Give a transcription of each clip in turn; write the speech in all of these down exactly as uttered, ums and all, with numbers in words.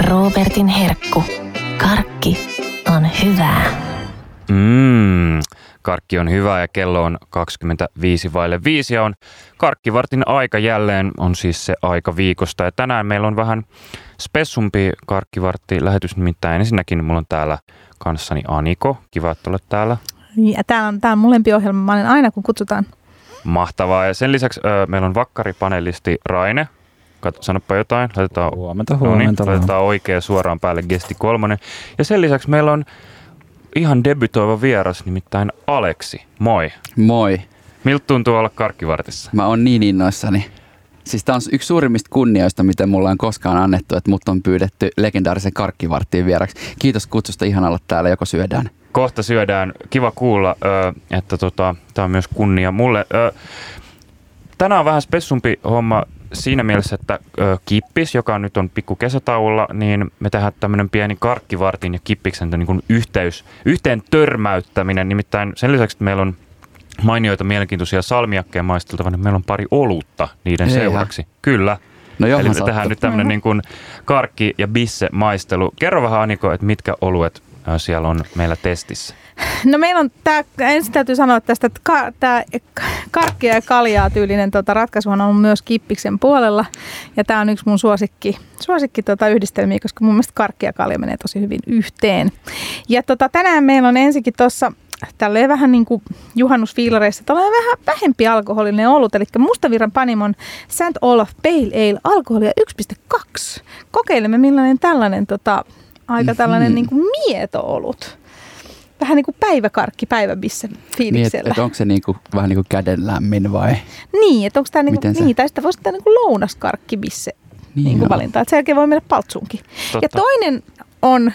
Robertin herkku. Karkki on hyvää. Mmm, karkki on hyvää ja kello on kaksikymmentäviisi vaille viisi ja on karkkivartin aika jälleen, on siis se aika viikosta. Ja tänään meillä on vähän spessumpi karkkivartti lähetys, nimittäin ensinnäkin mulla on täällä kanssani Aniko. Kiva, että olet täällä. Ja täällä on, tää on molempi ohjelma, mä olen aina kun kutsutaan. Mahtavaa. Ja sen lisäksi ö, meillä on vakkaripanelisti Raine. Kato, sanoppa jotain. Laitetaan, huomenta, huomenta. No niin, laitetaan oikein suoraan päälle gesti kolmonen. Ja sen lisäksi meillä on ihan debytoiva vieras, nimittäin Aleksi. Moi. Moi. Miltä tuntuu olla karkkivartissa? Mä oon niin innoissani. Siis tää on yksi suurimmista kunnioista, mitä mulla on koskaan annettu, että mut on pyydetty legendaarisen karkkivarttiin vieraksi. Kiitos kutsusta, ihan olla täällä, joko syödään. Kohta syödään. Kiva kuulla, että tota, tää on myös kunnia mulle. Tänään on vähän spessumpi homma siinä mielessä, että Kippis, joka nyt on pikku kesätauolla, niin me tehdään tämmöinen pieni karkkivartin ja Kippiksen niin kuin yhteys, yhteen törmäyttäminen. Nimittäin sen lisäksi, että meillä on mainioita mielenkiintoisia salmiakkeja maisteltavana, niin meillä on pari olutta niiden Eihän. seuraksi. Kyllä. No eli me tehdään nyt tämmöinen niin kuin karkki- ja bisse-maistelu. Kerro vähän, Aniko, että mitkä oluet siellä on meillä testissä? No meillä on tämä, ensin täytyy sanoa tästä, että ka, tämä karkkia ja kaljaa tyylinen tota, ratkaisuhan on myös Kippiksen puolella. Ja tämä on yksi mun suosikki, suosikki tota, yhdistelmiä, koska mun mielestä karkki ja kalja menee tosi hyvin yhteen. Ja tota, tänään meillä on ensinnäkin tuossa tälleen vähän niin kuin juhannusfiilareissa tällainen vähän vähempi alkoholinen olut, eli Mustavirran Panimon Saint Olaf Pale Ale alkoholia yksi pilkku kaksi. Kokeilemme millainen tällainen tota, aika tällainen mm-hmm. niin kuin mieto-olut. Vähän niin kuin päiväkarkki, päiväbisse fiiliksellä. Niin, että onko se niin kuin, vähän niin kuin kädenlämmin vai? Niin, että onko tämä niin kuin, niin, tai sitä voisi tehdä niin kuin lounaskarkkibisse niin niin kuin valinta. Että sen jälkeen voi mennä paltsuunkin. Totta. Ja toinen on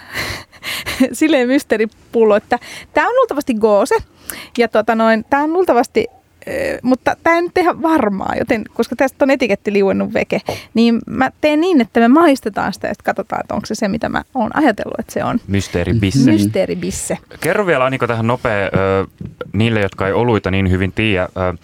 silleen mysteeripullo, että tämä on luultavasti goose. Ja tota noin, tämä on luultavasti, äh, mutta tämä ei nyt ihan varmaa, joten koska tästä on etiketti liuennut veke, niin mä teen niin, että me maistetaan sitä ja sitten katsotaan, että onko se se, mitä mä oon ajatellut, että se on. Mysteeribisse. Mysteeribisse. Kerro vielä, Aniko, tähän nopea ö, niille, jotka ei oluita niin hyvin tiedä, ö,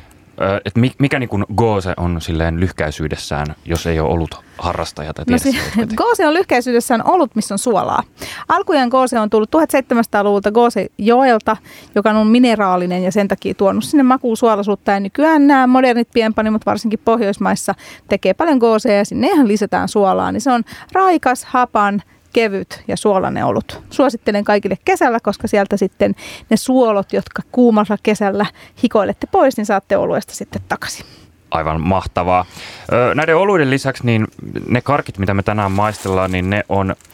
että mikä niin kuin goose on silleen lyhkäisyydessään, jos ei ole ollut harrastaja tai tiedä. No, goose on lyhkäisyydessään olut, missä on suolaa. Alkujaan goose on tullut tuhatseitsemänsataaluvulta Goose-joelta, joka on mineraalinen ja sen takia tuonut sinne makuun suolaisuutta. Ja nykyään nämä modernit pienpanimot, varsinkin Pohjoismaissa, tekee paljon goosea ja sinne ihan lisätään suolaa. Niin se on raikas, hapan, kevyt ja suolainen olut. Suosittelen kaikille kesällä, koska sieltä sitten ne suolot, jotka kuumalla kesällä hikoilette pois, niin saatte oluesta sitten takaisin. Aivan mahtavaa. Näiden oluiden lisäksi niin ne karkit, mitä me tänään maistellaan, niin ne on ö,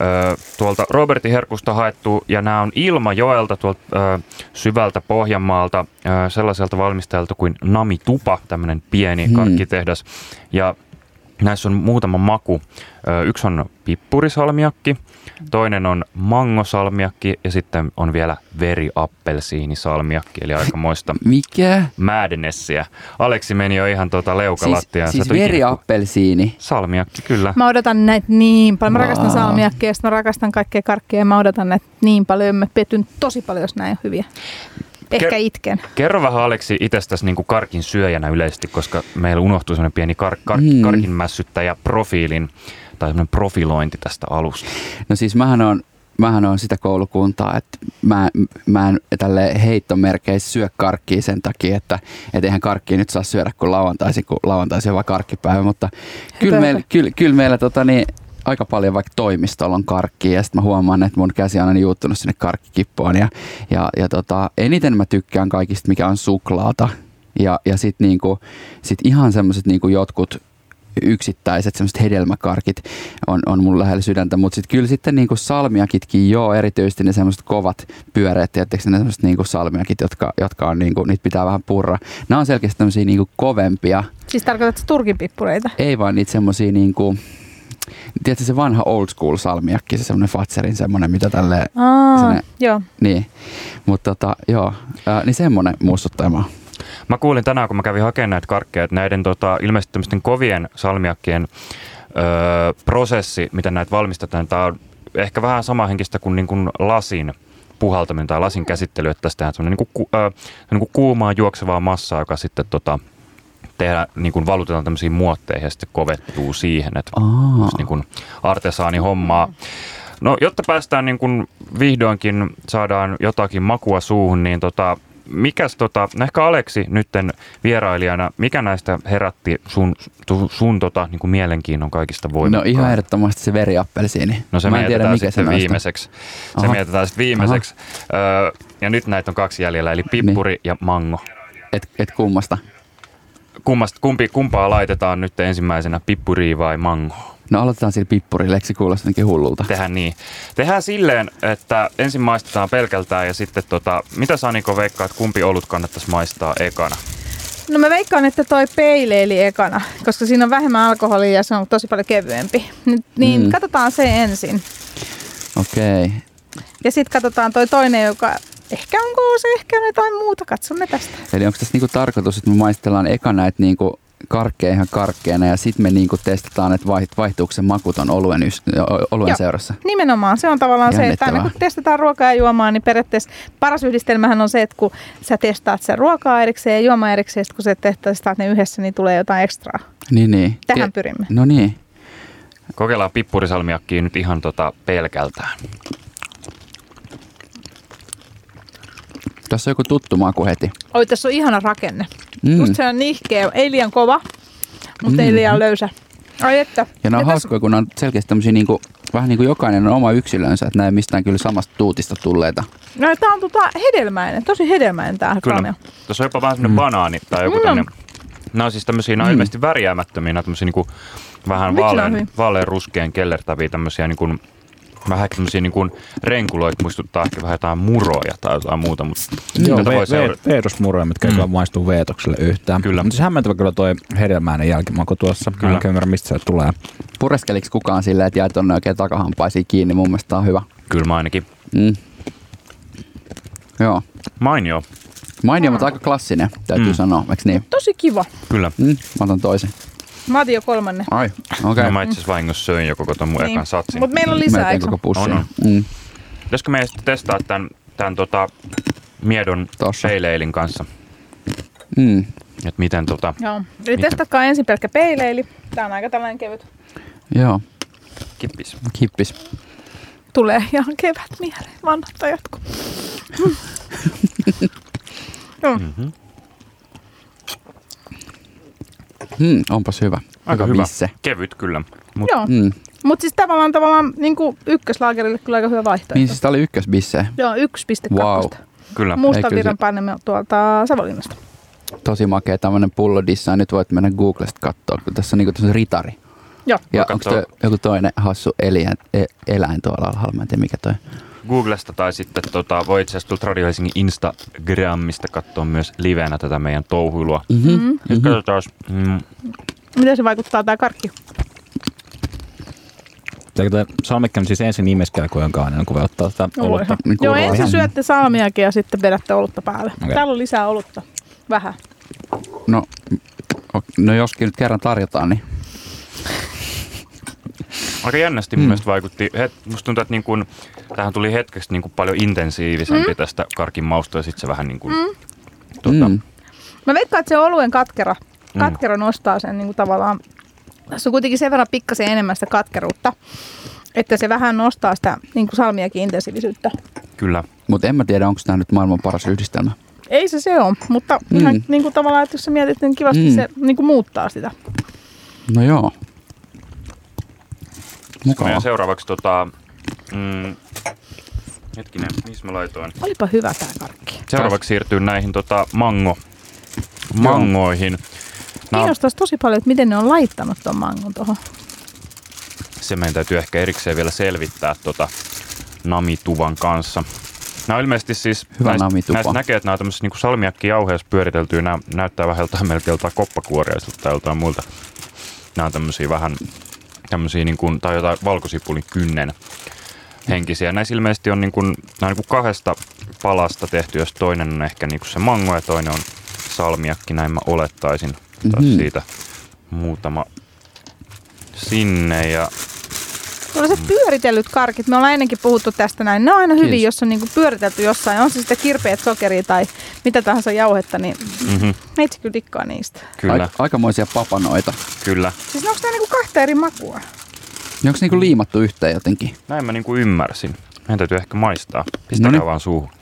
tuolta Robertin herkusta haettu ja nämä on Ilmajoelta tuolta ö, syvältä Pohjanmaalta ö, sellaiselta valmistajalta kuin Nami Tupa, tämmöinen pieni hmm. karkkitehdas. Ja näissä on muutama maku. Yksi on pippurisalmiakki, toinen on mangosalmiakki ja sitten on vielä veriappelsiinisalmiakki, eli aikamoista Mikä? madnessiä. Aleksi meni jo ihan tuota leukalattiaan. Siis, siis veriappelsiini? Salmiakki, kyllä. Mä odotan näitä niin paljon. Mä rakastan salmiakkia ja mä rakastan kaikkea karkkia ja mä odotan näitä niin paljon. Mä petyn tosi paljon, jos näin on hyviä. Ehkä itken. Kerro vähän, Aleksi, itsestäsi niin kuin karkin syöjänä yleisesti, koska meillä unohtui semmoinen pieni kar- kar- mm. karkin mässyttäjä profiilin tai semmoinen profilointi tästä alusta. No siis mähän on, mähän on sitä koulukuntaa, että mä, mä en tälle heittomerkeissä syö karkkia sen takia, että et eihän karkkia nyt saa syödä kuin lauantaisin, kun lauantaisin on vaan karkkipäivä, mutta kyllä meillä, kyllä, kyllä meillä tota niin, aika paljon vaikka toimistolla on karkkia ja sitten mä huomaan, että mun käsi on aina juuttunut sinne karkkikippoon ja, ja, ja tota, eniten mä tykkään kaikista, mikä on suklaata ja, ja sitten niinku, sit ihan semmoiset niinku jotkut yksittäiset semmoiset hedelmäkarkit on, on mun lähellä sydäntä, mutta sitten kyllä sitten niinku salmiakitkin joo, erityisesti ne semmoiset kovat pyöreät, tietysti ne semmoiset niinku salmiakit, jotka, jotka on niinku, niitä pitää vähän purra. Nämä on selkeästi tämmöisiä niinku kovempia. Siis tarkoitatko turkinpippureita? Ei vaan niitä semmoisia niinku, tiedätkö se vanha old school salmiakki, se semmoinen Fatserin semmoinen, mitä tälleen. Aa, joo. Niin, mutta tota, joo, ää, niin semmoinen muistuttaa. Mä kuulin tänään, kun mä kävin hakemaan näitä karkkeja, että näiden tota, ilmeisesti tämmöisten kovien salmiakkien öö, prosessi, miten näitä valmistetaan, tää on ehkä vähän samahenkistä kuin, niin kuin lasin puhaltaminen tai lasin käsittely, että tästä tehdään semmoinen niin kuin, äh, niin kuin kuumaa juoksevaa massaa, joka sitten tota, tehdä, niin kuin valutetaan tämmöisiin muotteihin ja sitten kovettuu siihen, että Aa. niin kuin artesaani hommaa. No, jotta päästään niin kuin vihdoinkin saadaan jotakin makua suuhun, niin tota, mikäs tota, no ehkä Aleksi nytten vierailijana, mikä näistä herätti sun, tu, sun tota, niin kuin mielenkiinnon kaikista voimakkaan? No ihan ehdottomasti se veriappelsiini. No se Mä en tiedä, mietitään mikä sitten se viimeiseksi. Se Aha. mietitään sitten viimeiseksi. Öö, ja nyt näitä on kaksi jäljellä, eli pippuri Niin. ja mango. Et, et kummasta? Kummasta, kumpi, kumpaa laitetaan nyt ensimmäisenä, pippuri vai mango? No aloitetaan sillä pippurilla, eikö se kuulosta jotenkin hullulta? Tehdään niin. Tehdään silleen, että ensin maistetaan pelkältään ja sitten tota, mitä sä Niko veikkaat, kumpi olut kannattaisi maistaa ekana? No mä veikkaan, että toi peileili ekana, koska siinä on vähemmän alkoholia ja se on tosi paljon kevyempi. Nyt, niin Mm. katsotaan se ensin. Okei. Okay. Ja sitten katsotaan toi toinen, joka ehkä onko se ehkä jotain muuta. Katsomme tästä. Eli onko tässä niinku tarkoitus, että me maistellaan eka näitä niinku karkkeja ihan karkkeena ja sitten me niinku testataan, että vaiht- vaihtuuko se maku ton oluen, ys- oluen Joo. seurassa? Nimenomaan. Se on tavallaan se, että aina kun testataan ruokaa ja juomaa, niin periaatteessa paras yhdistelmähän on se, että kun sä testaat sen ruokaa erikseen ja juomaa erikseen, kun sä testaat ne yhdessä, niin tulee jotain ekstraa. Niin, niin. Tähän Ke- pyrimme. No niin. Kokeillaan pippurisalmiakkiin nyt ihan tota pelkältään. Tässä on joku tuttu maku heti. Oi, tässä on ihana rakenne. Mm. Just se on nihkeä, ei liian kova, mutta Mm. ei liian löysä. Ai että. Ja nämä on tässä- hauskoja, kun ne on selkeästi tämmöisiä niinku, vähän niin kuin jokainen on oma yksilönsä, että nämä ei mistään kyllä samasta tuutista tulleita. No, tää on tota hedelmäinen, tosi hedelmäinen tää Kyllä. raamio. Tuossa on jopa vähän semmoinen mm. banaani tai joku Mm. tämmöinen. Nämä on siis tämmöisiä, nämä on Mm. ilmeisesti värjäämättömiä, nämä on tämmöisiä niin kuin vähän Miksi ne on vaalean, hyvin? vaalean ruskeen kellertäviä tämmöisiä niin kuin, vähän tämmöisiä niin kuin renkuloita, muistuttaa ehkä vähän jotain muroja tai jotain muuta, mutta Joo, tätä voi ve- seurata. ve- veetusmuroja, mitkä ei Mm. kyllä maistu veetokselle yhtään. Kyllä. Mutta siis hämmentävä kyllä toi hedelmäinen jälkimaku tuossa. Kyllä. Kyllä. En ymmärrä, mistä se tulee. Pureskeliko kukaan silleen, että jäi tonne oikein takahampaisiin kiinni? Mun mielestä tää on hyvä. Kyllä mä ainakin. Mm. Joo. Mainio, Mainio, mutta aika klassinen, täytyy Mm. mm. sanoa, eikö niin? Tosi kiva. kyllä. Mm. Mä otan toisen. Mä otin jo kolmannen. Ai, okei. Okay. No Okay. mä itse asiassa vahingossa söin jo koko ton mun Niin. ekan satsin. Mutta meillä on lisää, Melkein eikö? koko pussi. On, on. Mm. Pitäisikö meidän sitten testaa tämän, tämän tota, miedon Tossa. peileilin kanssa? Mm. Että miten tota... Joo. Eli Miten? testatkaa ensin pelkkä peileili. Tää on aika tällainen kevyt. Joo, Kippis. kippis. Tulee ihan kevät mieleen. Vanhat ajatko. Joo. Mm-hmm. Mm, onpas hyvä. Aika hyvä. Bisse. Kevyt kyllä. Mut Joo. Mm. Mutta siis tavallaan, tavallaan niin ykköslaagerille kyllä aika hyvä vaihtoehto. Niin siis tää oli ykkösbisse. Joo, yksi pilkku Wow. kaksi. kyllä. Ei, Musta kyllä virran se- painemme tuolta Savonlinnasta. Tosi makea tämmönen pullodissa. Nyt voit mennä Googlesta katsoa, kun tässä on niinku tämmönen ritari. Joo. Ja Voi onko katsoa. toi joku toinen hassu eläin, e, eläin tuolla alhaalla? Mä en tiedä mikä toi. Googlesta tai sitten tota, voi itse asiassa tuolta Radio Helsingin Instagramista katsoa myös livenä tätä meidän touhuilua. Mm-hmm. Mm. Nyt Mhm. katsotaan, mm, Miten se vaikuttaa tää karkki? Eikö toi salmikki on siis ensin nimeskelkojen ennen kuin voi ottaa sitä Joo, olutta? ihan- Niin Joo, kuuluu ensin ihan- syötte salmiakin ja sitten vedätte olutta päälle. Okei. Täällä on lisää olutta. Vähän. No, o- no joskin nyt kerran tarjotaan, niin aika jännästi mm. mun mielestä vaikutti. Het, musta tuntuu, että niin kun, tähän tuli hetkeksi niin kun paljon intensiivisempi mm. tästä karkin mausta ja sitten se vähän niin kuin, mm. tota, mm. Mä veikkaan, että se oluen katkera, katkera nostaa sen niin kuin tavallaan. Tässä on kuitenkin sen verran pikkasen enemmän sitä katkeruutta, että se vähän nostaa sitä niin kuin salmiakin intensiivisyyttä. kyllä. Mutta en mä tiedä, onko tämä nyt maailman paras yhdistelmä. Ei se se on, mutta Mm. mm. ihan niin kuin tavallaan, että jos sä mietit, niin kivasti Mm. se niin kuin muuttaa sitä. No joo. Ja Mukava. seuraavaksi tota, mm, hetkinen, missä mä laitoin? Olipa hyvä tää karkki. Seuraavaksi siirtyy näihin tota, mango, mangoihin. Nää on- Kiinnostaisi tosi paljon, että miten ne on laittanut ton mangon tuohon. se meidän täytyy ehkä erikseen vielä selvittää tota namituvan kanssa. Nämä on ilmeisesti siis, Hyvä näistä, namitupa. näistä näkee, että nämä on tämmöisessä niin salmiakkijauheessa pyöriteltyä. Nämä näyttää vähän jotain melkein jotain koppakuoriaisilta tai jotain muilta. Nämä on tämmöisiä vähän, tämmöisiä niin kuin, tai jotain valkosipulin kynnen henkisiä. Näissä ilmeisesti on, niin kuin, nämä on niin kuin kahdesta palasta tehty, jos toinen on ehkä niin kuin se mango ja toinen on salmiakki, näin mä olettaisin. Taas Mhm. siitä muutama sinne ja Tuollaiset pyöritellyt karkit, me ollaan ennenkin puhuttu tästä näin. Ne on aina hyvin, Kiitos. jos on niinku pyöritelty jossain. On se sitten kirpeät sokeria tai mitä tahansa jauhetta, niin Mm-hmm. meitsi kyllä dikkaa niistä. Kyllä, Aik- aikamoisia papanoita. kyllä. Siis onko nämä niinku kahta eri makua? Onko niinku liimattu yhteen jotenkin? Näin mä niinku ymmärsin. Meidän täytyy ehkä maistaa. Pistäkää Noniin. vaan suuhun.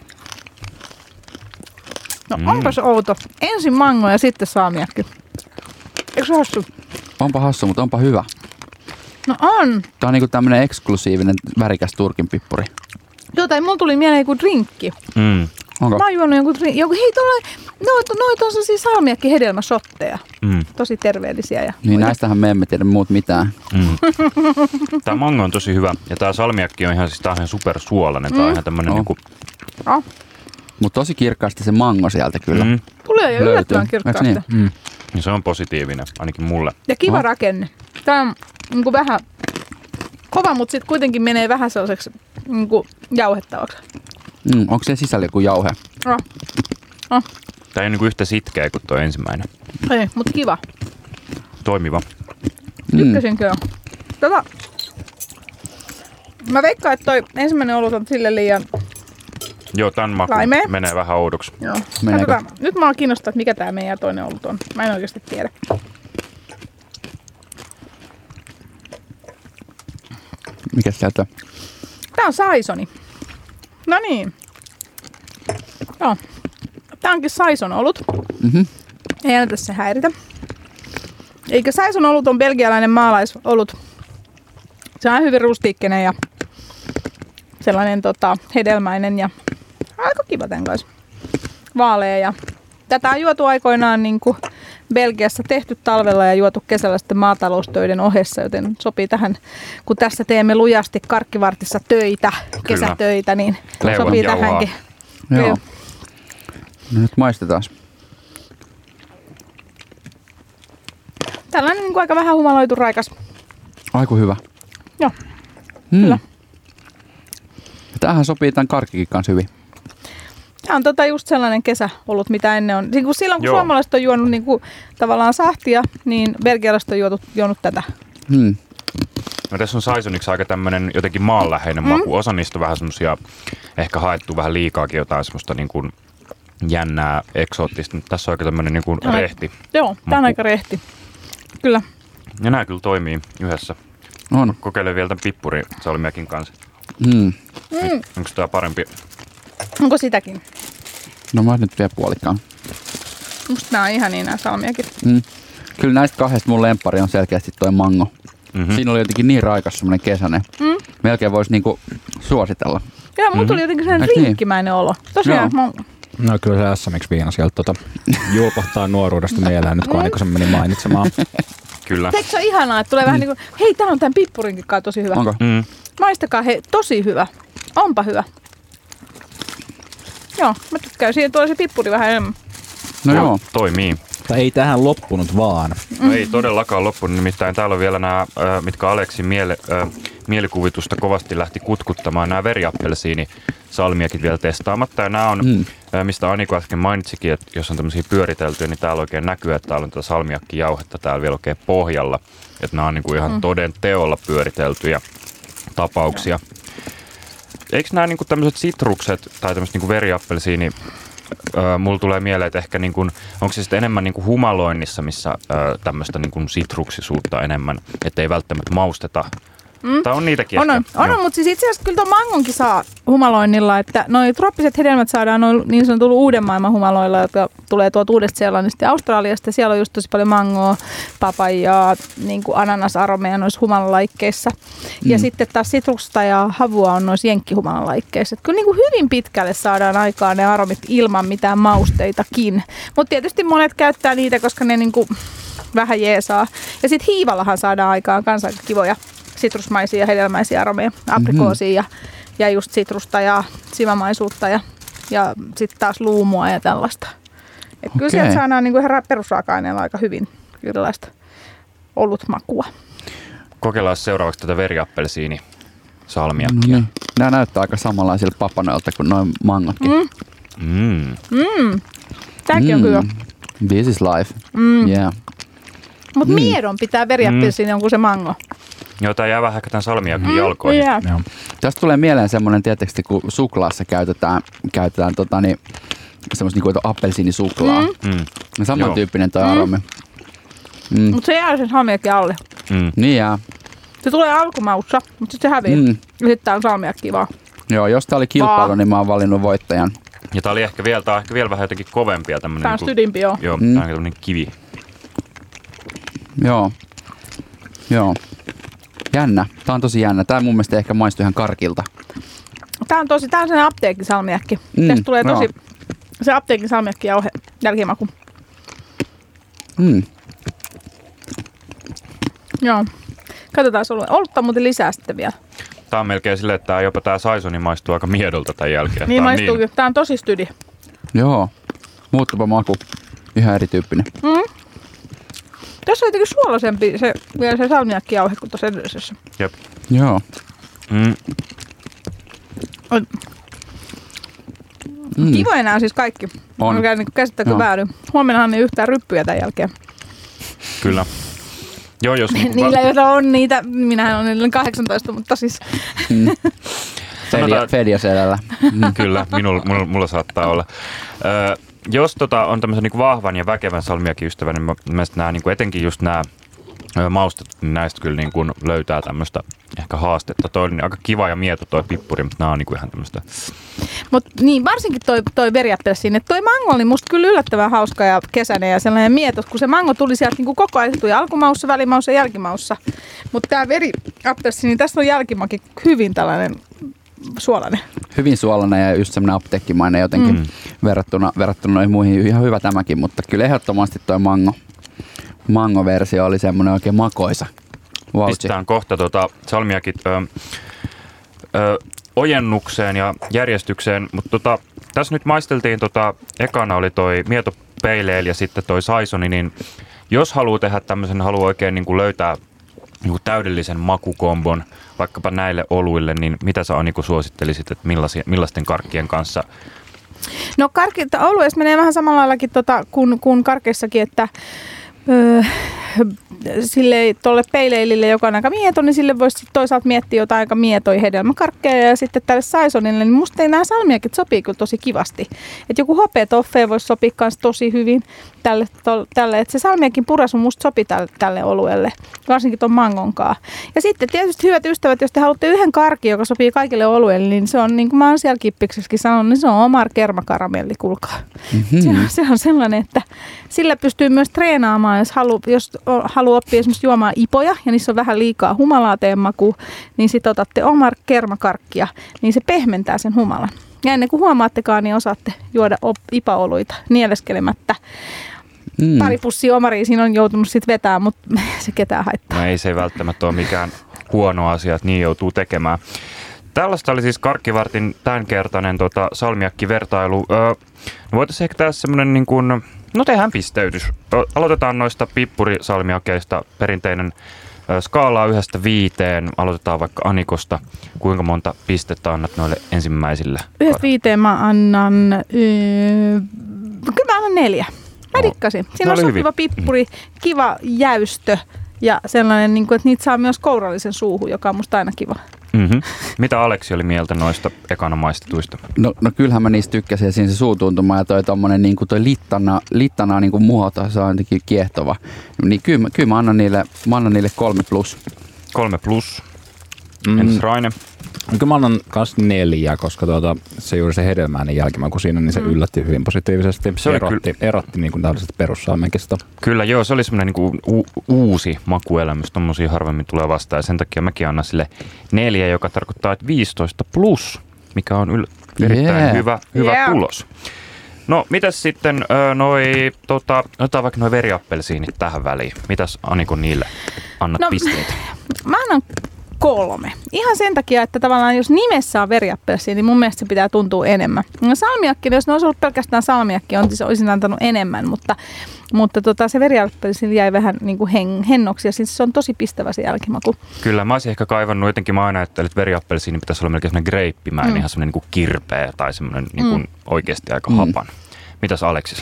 No Mm. onpas outo. Ensin mango ja sitten saamiakki. Eikö se hassu? Onpa hassu, mutta onpa hyvä. No on. Tää on niinku tämmönen eksklusiivinen värikäs turkinpippuri. Joo, tai mulla tuli mieleen joku drinkki. Mm. Onko? Mä oon juonut joku drinkki. Joku, hei, tuolla, noit, noit on sellaisia salmiakki hedelmäshotteja. Mm. Tosi terveellisiä. Ja Niin näistähän me emme tiedä muut mitään. Mm. Tää mango on tosi hyvä. Ja tää salmiakki on ihan, siis tää on ihan supersuolainen. Tää on ihan tämmönen Oh. niinku... Oh, Mutta tosi kirkkaasti se mango sieltä kyllä. Mm. tulee jo Löytyy. yllättävän Eiks kirkkaasti. niin? Mm. Niin se on positiivinen, ainakin mulle. Ja kiva Oh. rakenne. Tää on niinku vähän kova, mutta sitten kuitenkin menee vähän sellaiseksi niinku jauhettavaksi. Mm, onko siellä sisällä joku jauhe? Oh. Oh. Tää ei ole niinku yhtä sitkeä kuin tuo ensimmäinen. Ei, mutta kiva. Toimiva. Mm. Tykkäsin kyllä. Tota, mä veikkaan, että toi ensimmäinen olut on sille liian... Joo, tän maku Laimea. menee vähän oudoksi. Joo. Meneekö? Katsotaan. Nyt mä oon kiinnostaa, että mikä tää meidän toinen olut on. Mä en oikeasti tiedä. Mikä sieltä? Tää on Saisoni. No niin. Joo. Tää onkin Saison olut. Mhm. Ei anneta se häiritä. Eikä Saison olut on belgialainen maalaisolut. Se on hyvin rustiikkinen ja sellainen tota, hedelmäinen ja aika kiva tän kanssa. Vaalea. Ja tätä on juotu aikoinaan niin kuin Belgiassa tehty talvella ja juotu kesällä sitten maataloustöiden ohessa, joten sopii tähän, kun tässä teemme lujasti karkkivartissa töitä, kesätöitä, niin Leivon sopii jauhaa. tähänkin. Joo. Joo. No nyt maistetaan. Tällainen niin kuin aika vähän humaloitu raikas. Aiku hyvä. Joo, Mm. kyllä. Ja tämähän sopii tämän karkkikin kanssa hyvin. Tämä on tota just sellainen kesäolut, mitä ennen on. Niin kuin silloin kun Joo. suomalaiset on juonut niin kuin, tavallaan sahtia, niin belgialaiset on juonut, juonut tätä. Mm. No tässä on Saisoniksi aika tämmönen jotenkin maanläheinen mm. maku. Osa niistä on vähän semmosia, ehkä haettu vähän liikaakin jotain semmoista niin kuin jännää, eksoottista. Mutta tässä on aika tämmönen niin kuin Ai. rehti. Joo, tämä on Maku. aika rehti. Kyllä. Ja nämä kyllä toimii yhdessä. On. Kokeilen vielä tämän pippurin salmiakin kanssa. Mm. Mm. Onko tämä parempi? Onko sitäkin? No mä oon nyt vielä puolikkaan. Musta nämä on ihan niin nämä salmiakin. Mm. Kyllä näistä kahdesta mun lemppari on selkeästi toi mango. Mm-hmm. Siinä oli jotenkin niin raikas semmonen kesäinen. Mm. Melkein voisi niinku suositella. Joo, mulla tuli jotenkin sellainen Eiks niin? rinkkimäinen olo. Tosiaan, Joo. mä, No kyllä se S M X-viina sieltä tota, julpahtaa nuoruudesta mieleen nyt, kun Annika sen meni mainitsemaan. Kyllä. eikö se ole ihanaa, että tulee vähän niin kuin, hei, tää on tämän pippurinkin kanssa tosi hyvä. Onko? Mm. Maistakaa, hei, tosi hyvä. Onpa hyvä. Joo, mä tykkään. Siihen tulee se pippuri vähän enemmän. No joo. Toimii. Mutta ei tähän loppunut vaan. No ei todellakaan loppunut, nimittäin täällä on vielä nämä, mitkä Aleksin miele, äh, mielikuvitusta kovasti lähti kutkuttamaan, nämä veriappelsiini salmiakit vielä testaamatta. Ja nämä on, Mm. äh, mistä Aniko äsken mainitsikin, että jos on tämmöisiä pyöriteltyjä, niin täällä oikein näkyy, että täällä on tätä salmiakkijauhetta täällä vielä oikein pohjalla. Että nämä on niin kuin ihan mm. toden teolla pyöriteltyjä tapauksia. Eikö nämä niin kuin tämmöiset sitrukset tai tämmöiset niin kuin veriappelsiini, Öö, mulla tulee mieleen, että ehkä niin kuin, onko se sitten enemmän niin kuin humaloinnissa, missä öö, tämmöistä niin kuin sitruksisuutta enemmän, että ei välttämättä mausteta. Mm. Tai on niitäkin On, on, ehkä. on, on, mutta siis itse asiassa kyllä tuo mangonkin saa humaloinnilla, että noi trooppiset hedelmät saadaan noin niin sanotulla uuden maailman humaloilla, jotka tulee tuolta Uudesta-Seelannista ja Australiasta. Siellä on just tosi paljon mangoa, papajaa, niin kuin ananasaromeja noissa humalalaikkeissa. Mm. Ja sitten taas sitrusta ja havua on noissa jenkkihumalalaikkeissa. Että kyllä niin kuin hyvin pitkälle saadaan aikaan ne aromit ilman mitään mausteitakin. Mutta tietysti monet käyttää niitä, koska ne niin kuin vähän jeesaa. Ja sitten hiivallahan saadaan aikaan kans aika kivoja sitrusmaisia ja hedelmäisiä aromeja, aprikoosia mm-hmm. ja, ja just sitrusta ja sivamaisuutta ja, ja sitten taas luumua ja tällaista. Et kyllä Okei. sieltä saadaan niinku ihan perusraaka-aineella aika hyvin erilaista olutmakua. Kokeillaan seuraavaksi tätä veriappelsiini No salmiakkia. niin. Nämä näyttää aika samanlaisilta papanoilta kuin noin mangotkin. Mm. Mm. Mm. Tämäkin on kyllä. This is life. Mm. Yeah. Mutta Mm. miedon pitää veriappelsiini, onko se mango. Joo, tää jää vähän ehkä tämän salmiakin Mm, jalkoihin. jää. Joo. Tästä tulee mieleen semmoinen, tietysti kun suklaassa käytetään, käytetään tota, niin, semmoista niin kuin appelsiinisuklaa. Mm. Mm. Samantyyppinen toi Mm. aromi. Mm. Mutta se jää sen salmiakki alle. Mm. Niin jää. Se tulee alkumaussa, mutta sitten se hävii. Mm. Ja sitten tää on salmiakki vaan. Joo, jos tää oli kilpailu, Vaa. niin mä oon valinnut voittajan. Ja tää oli ehkä vielä, tää on ehkä vielä vähän jotenkin kovempia tämmönen. Tää on niinku- stydimpi, joo. Joo, Mm. tää on tämmönen kivi. Joo. Joo. Jännä. Tää on tosi jännä. Tää mun mielestä ehkä maistuu ihan karkilta. Tää on tosi, tää on sen apteekin salmiakki. Mm, Tästä tulee tosi, joo. se apteekin salmiakki jauhe jälkimaku. Mm. Joo. Katsotaan, se on olutta muuten lisää sitten vielä. Tää on melkein silleen, että tää, jopa tää saisoni maistuu aika miedolta tämän jälkeen. Niin Tää on maistuukin. Tää on tosi stydi. Joo. Muuttupa maku. Ihan erityyppinen. Mm. Tässä on jotenkin suolaisempi se, vielä se salmiakki jauhe kuin tuossa edellisessä. Jep. Joo. Mm. On. Mm. Kivoja nämä siis kaikki. On. On käynyt käsittääkö Joo. väärin. Huomennahan ei yhtään ryppyjä tämän jälkeen. Kyllä. Joo, jos niinku Niillä, joita on niitä, minähän on niillä kahdeksantoista, mutta siis Mm. Fedia, Sanotaan- Fedia selällä. Mm. Kyllä, minulla, mulla, mulla saattaa olla. Ö, jos tota on tämmöisen niin vahvan ja väkevän salmiakin ystävä, niin mä, mielestäni nämä, niin etenkin just nämä ö, maustetut, niin näistä kyllä niin kuin löytää tämmöistä ehkä haastetta. Toi on niin aika kiva ja mieto toi pippuri, mutta nämä on niin kuin ihan tämmöistä. Mut niin, varsinkin toi, toi veriappelsiini. Että toi mango oli musta kyllä yllättävän hauska ja kesäinen ja sellainen mietos, kun se mango tuli sieltä niinku koko ajan. Se tuli alkumaussa, välimaussa ja jälkimaussa. Mutta tää veriappelsiini, tässä on jälkimaki hyvin tällainen suolainen. Hyvin suolainen ja just semmoinen apteekkimainen jotenkin Mm. verrattuna, verrattuna noihin muihin. Ihan hyvä tämäkin, mutta kyllä ehdottomasti toi mango, mango-versio oli semmoinen oikein makoisa. Vautsi. Pistetään kohta tota salmiakit ö, ö, ojennukseen ja järjestykseen, mutta tota, tässä nyt maisteltiin, tota, ekana oli toi Mieto Pale Ale ja sitten toi Saisoni, niin jos haluaa tehdä tämmöisen, haluaa oikein niin kuin löytää niin kuin täydellisen makukombon vaikkapa näille oluille, niin mitä sä Ani suosittelisit, että millaisia, millaisten karkkien kanssa? No karkki, oluessa menee vähän samalla laillakin tota, kuin, kuin karkeissakin, että öö, sille tuolle peileilille, joka on aika mieto, niin sille voisi toisaalta miettiä jotain aika mietoja hedelmäkarkkeja ja sitten tälle saisonille, niin musta ei nämä salmiakit sopii kyllä tosi kivasti. Että joku hopeatoffee voisi sopia myös tosi hyvin tälle, to, tälle että se salmiakin purasu musta sopii tälle, tälle oluelle, varsinkin tuon mangonkaan. Ja sitten tietysti hyvät ystävät, jos te haluatte yhden karkin, joka sopii kaikille olueille, niin se on niin kuin mä oon siellä kippiksessäkin sanonut, niin se on Omar kermakaramelli, kuulkaa. Mm-hmm. Se, on, se on sellainen, että sillä pystyy myös treenaamaan, jos haluaa jos haluaa oppia esimerkiksi juomaan ipoja ja niissä on vähän liikaa humalaa teemaku, niin sitten otatte Omar kermakarkkia, niin se pehmentää sen humalan. Ja ennen kuin huomaattekaan, niin osaatte juoda op- ipaoluita nieleskelemättä. Mm. Pari pussia Omaria siinä on joutunut sitten vetämään, mutta se ketään haittaa. No ei se välttämättä ole mikään huono asia, että niin joutuu tekemään. Tällaista oli siis Karkkivartin tämänkertainen tota, salmiakkivertailu. Öö, voitaisiin ehkä tässä semmoinen niin kuin, no tehdään pisteytys. Ö, aloitetaan noista pippurisalmiakeista. Perinteinen ö, skaalaa yhdestä viiteen. Aloitetaan vaikka Anikosta. Kuinka monta pistettä annat noille ensimmäisille? Yhdestä viiteen mä annan, öö, kyllä mä annan neljä. Mä dikkasin. Siinä No on oli sopiva pippuri, kiva jäystö ja sellainen, niin kuin, että niitä saa myös kourallisen suuhun, joka on musta aina kiva. Mm-hmm. Mitä Aleksi oli mieltä noista ekana maistetuista? No, no kyllähän mä niistä tykkäsin ja siinä se suutuntuma ja toi tommonen niinku toi littana, littana niinku muoto, se on jotenkin kiehtova. Niin kyllä, mä- kyllä mä annan niille, mä annan niille kolme plus. Kolme plus. Mm. Entäs Raine? Kyllä mä annan kans neljä, koska tuota, se juuri se hedelmäinen jälkimaku siinä, niin se Mm. yllätti hyvin positiivisesti. Se oli erotti, erotti niin kuin tällaiset perussalmenkista. Kyllä joo, se oli semmoinen niinku u- uusi makuelämys, tommosia harvemmin tulee vastaan ja sen takia mäkin annan sille neljä, joka tarkoittaa, että viisitoista plus, mikä on yl- erittäin Yeah. hyvä, hyvä Yeah. tulos. No, mitäs sitten ö, noi, tota, otetaan vaikka noi veriappelsiinit tähän väliin. Mitäs Aniko niille annat No, pisteitä? Mä annan kolme. Ihan sen takia, että tavallaan jos nimessä on veriappelsiini, niin mun mielestä se pitää tuntua enemmän. No salmiakki, jos ne olisi ollut pelkästään salmiakki, on, siis olisin antanut enemmän, mutta, mutta tota, se veriappelsiini jäi vähän niin kuin hen, hennoksi ja siis se on tosi pistävä se jälkimaku. Kyllä, mä olisin ehkä kaivannut jotenkin, mä aina ajattelin, että veriappelsiini pitäisi olla melkein semmoinen greippimäinen, Mm. ihan semmoinen niin kuin kirpeä tai semmoinen niin kuin Mm. oikeasti aika Mm. hapan. Mitäs Aleksi sanoo?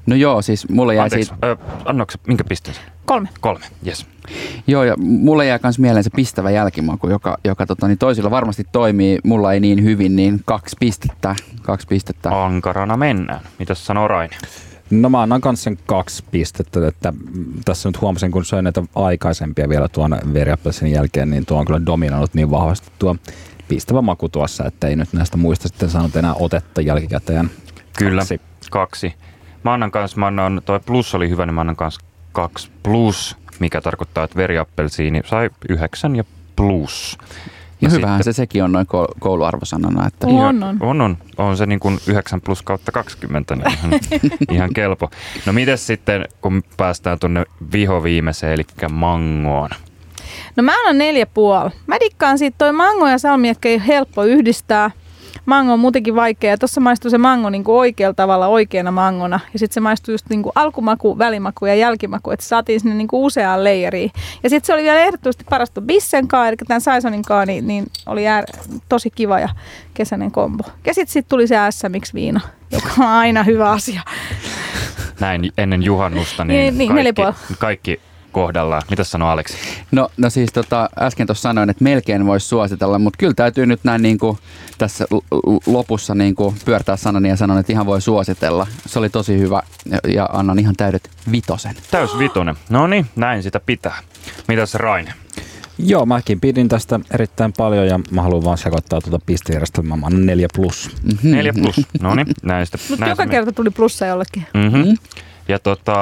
No joo, siis mulle jäi Anteeksi, siitä... ö, annoiko minkä pisteen? Kolme. Kolme, yes. Joo, ja mulle jää myös mieleen se pistävä jälkimaku, joka, joka tota, niin toisilla varmasti toimii, mulla ei niin hyvin, niin kaksi pistettä. Kaksi pistettä. Ankarana mennään. Mitäs sanoo Raine? No mä annan kanssa sen kaksi pistettä, että tässä nyt huomasin, kun söin näitä aikaisempia vielä tuon veriappelsin jälkeen, niin tuo on kyllä dominoinut niin vahvasti tuo pistävä maku tuossa, että ei nyt näistä muista sitten saanut enää otetta jälkikäteen. Kyllä, Kaksi. kaksi. Mä annan kanssa, mä annan, toi plus oli hyvä, niin mä annan kanssa kaksi plus, mikä tarkoittaa, että veriappelsiini sai yhdeksän ja plus. Ja No hyvähän sitten, se sekin on noin kouluarvosanana. Että... On, on. On, on. On se niin kuin yhdeksän plus kautta kaksikymmentä, niin ihan, ihan kelpo. No mites sitten, kun päästään tuonne vihoviimeiseen, eli mangoon? No mä annan neljä puoli. Mä dikkaan siitä, toi mango ja salmiakki ei ole helppo yhdistää. Mango on muutenkin vaikea. Tuossa maistuu se mango niinku oikealla tavalla oikeana mangona. Ja sitten se maistuu just niinku alkumaku, välimaku ja jälkimaku. Että saatiin sinne niinku useaan leijeriin. Ja sitten se oli vielä ehdottomasti parastu Bissen kanssa, eli tämän Saisonin kanssa, niin, niin oli jär, tosi kiva ja kesäinen kombo. Ja sitten sit tuli se S M X-viina, joka on aina hyvä asia. Näin ennen juhannusta, niin, Niin, niin, neljä kaikki, puoli. kaikki kohdallaan. Mitäs sanoo Aleksi? No, no siis tota, äsken tuossa sanoin, että melkein voisi suositella, mutta kyllä täytyy nyt näin niin kuin tässä lopussa niin kuin pyörtää sanani ja sanon, että ihan voi suositella. Se oli tosi hyvä ja, ja annan ihan täydet vitosen. Täys vitonen. No niin, näin sitä pitää. Mitäs Raine? Joo, mäkin pidin tästä erittäin paljon ja mä haluan vaan sekoittaa tuota pistejärjestelmää. Mä annan neljä plus. Mm-hmm. Neljä plus. No niin, näin sitä. Mutta näin joka se kerta tuli plussa jollekin. Mm-hmm. Mm. Ja tota,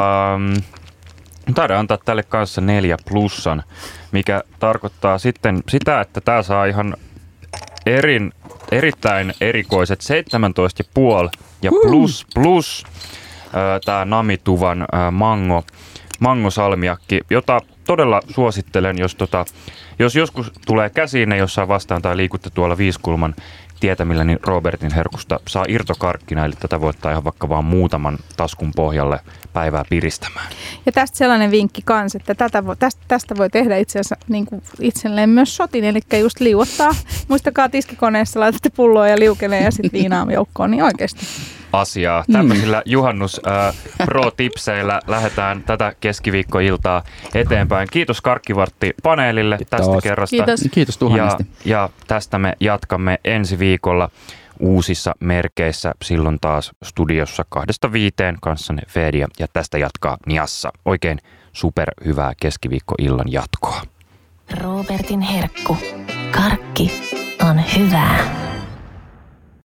taidaan antaa tälle kanssa neljä plussan, mikä tarkoittaa sitten sitä, että tää saa ihan erin, erittäin erikoiset seitsemäntoista pilkku viisi ja plus plus äh, tää Namituvan äh, mango, mangosalmiakki, jota todella suosittelen, jos, tota, jos joskus tulee käsiin jossain vastaan tai liikutte tuolla Viiskulman tietämillä, niin Robertin herkusta saa irtokarkkina, eli tätä voi ottaa ihan vaikka vaan muutaman taskun pohjalle päivää piristämään. Ja tästä sellainen vinkki kans, että tätä voi, tästä, tästä voi tehdä itse asiassa niin kuin itselleen myös shotin, eli just liuottaa. Muistakaa tiskikoneessa, laitatte pulloa ja liukenee ja sitten viinaa joukkoon, niin oikeasti. Asiaa. Tämmöisillä juhannus äh, pro-tipseillä lähdetään tätä keskiviikkoiltaa eteenpäin. Kiitos Karkkivartti paneelille Kiitos. tästä kerrasta. Kiitos. Kiitos tuhannesti. Ja, ja tästä me jatkamme ensi viikolla uusissa merkeissä. Silloin taas studiossa kahdesta viiteen kanssanne Fedia ja tästä jatkaa Niassa. Oikein superhyvää keskiviikkoillan jatkoa. Robertin herkku. Karkki on hyvää.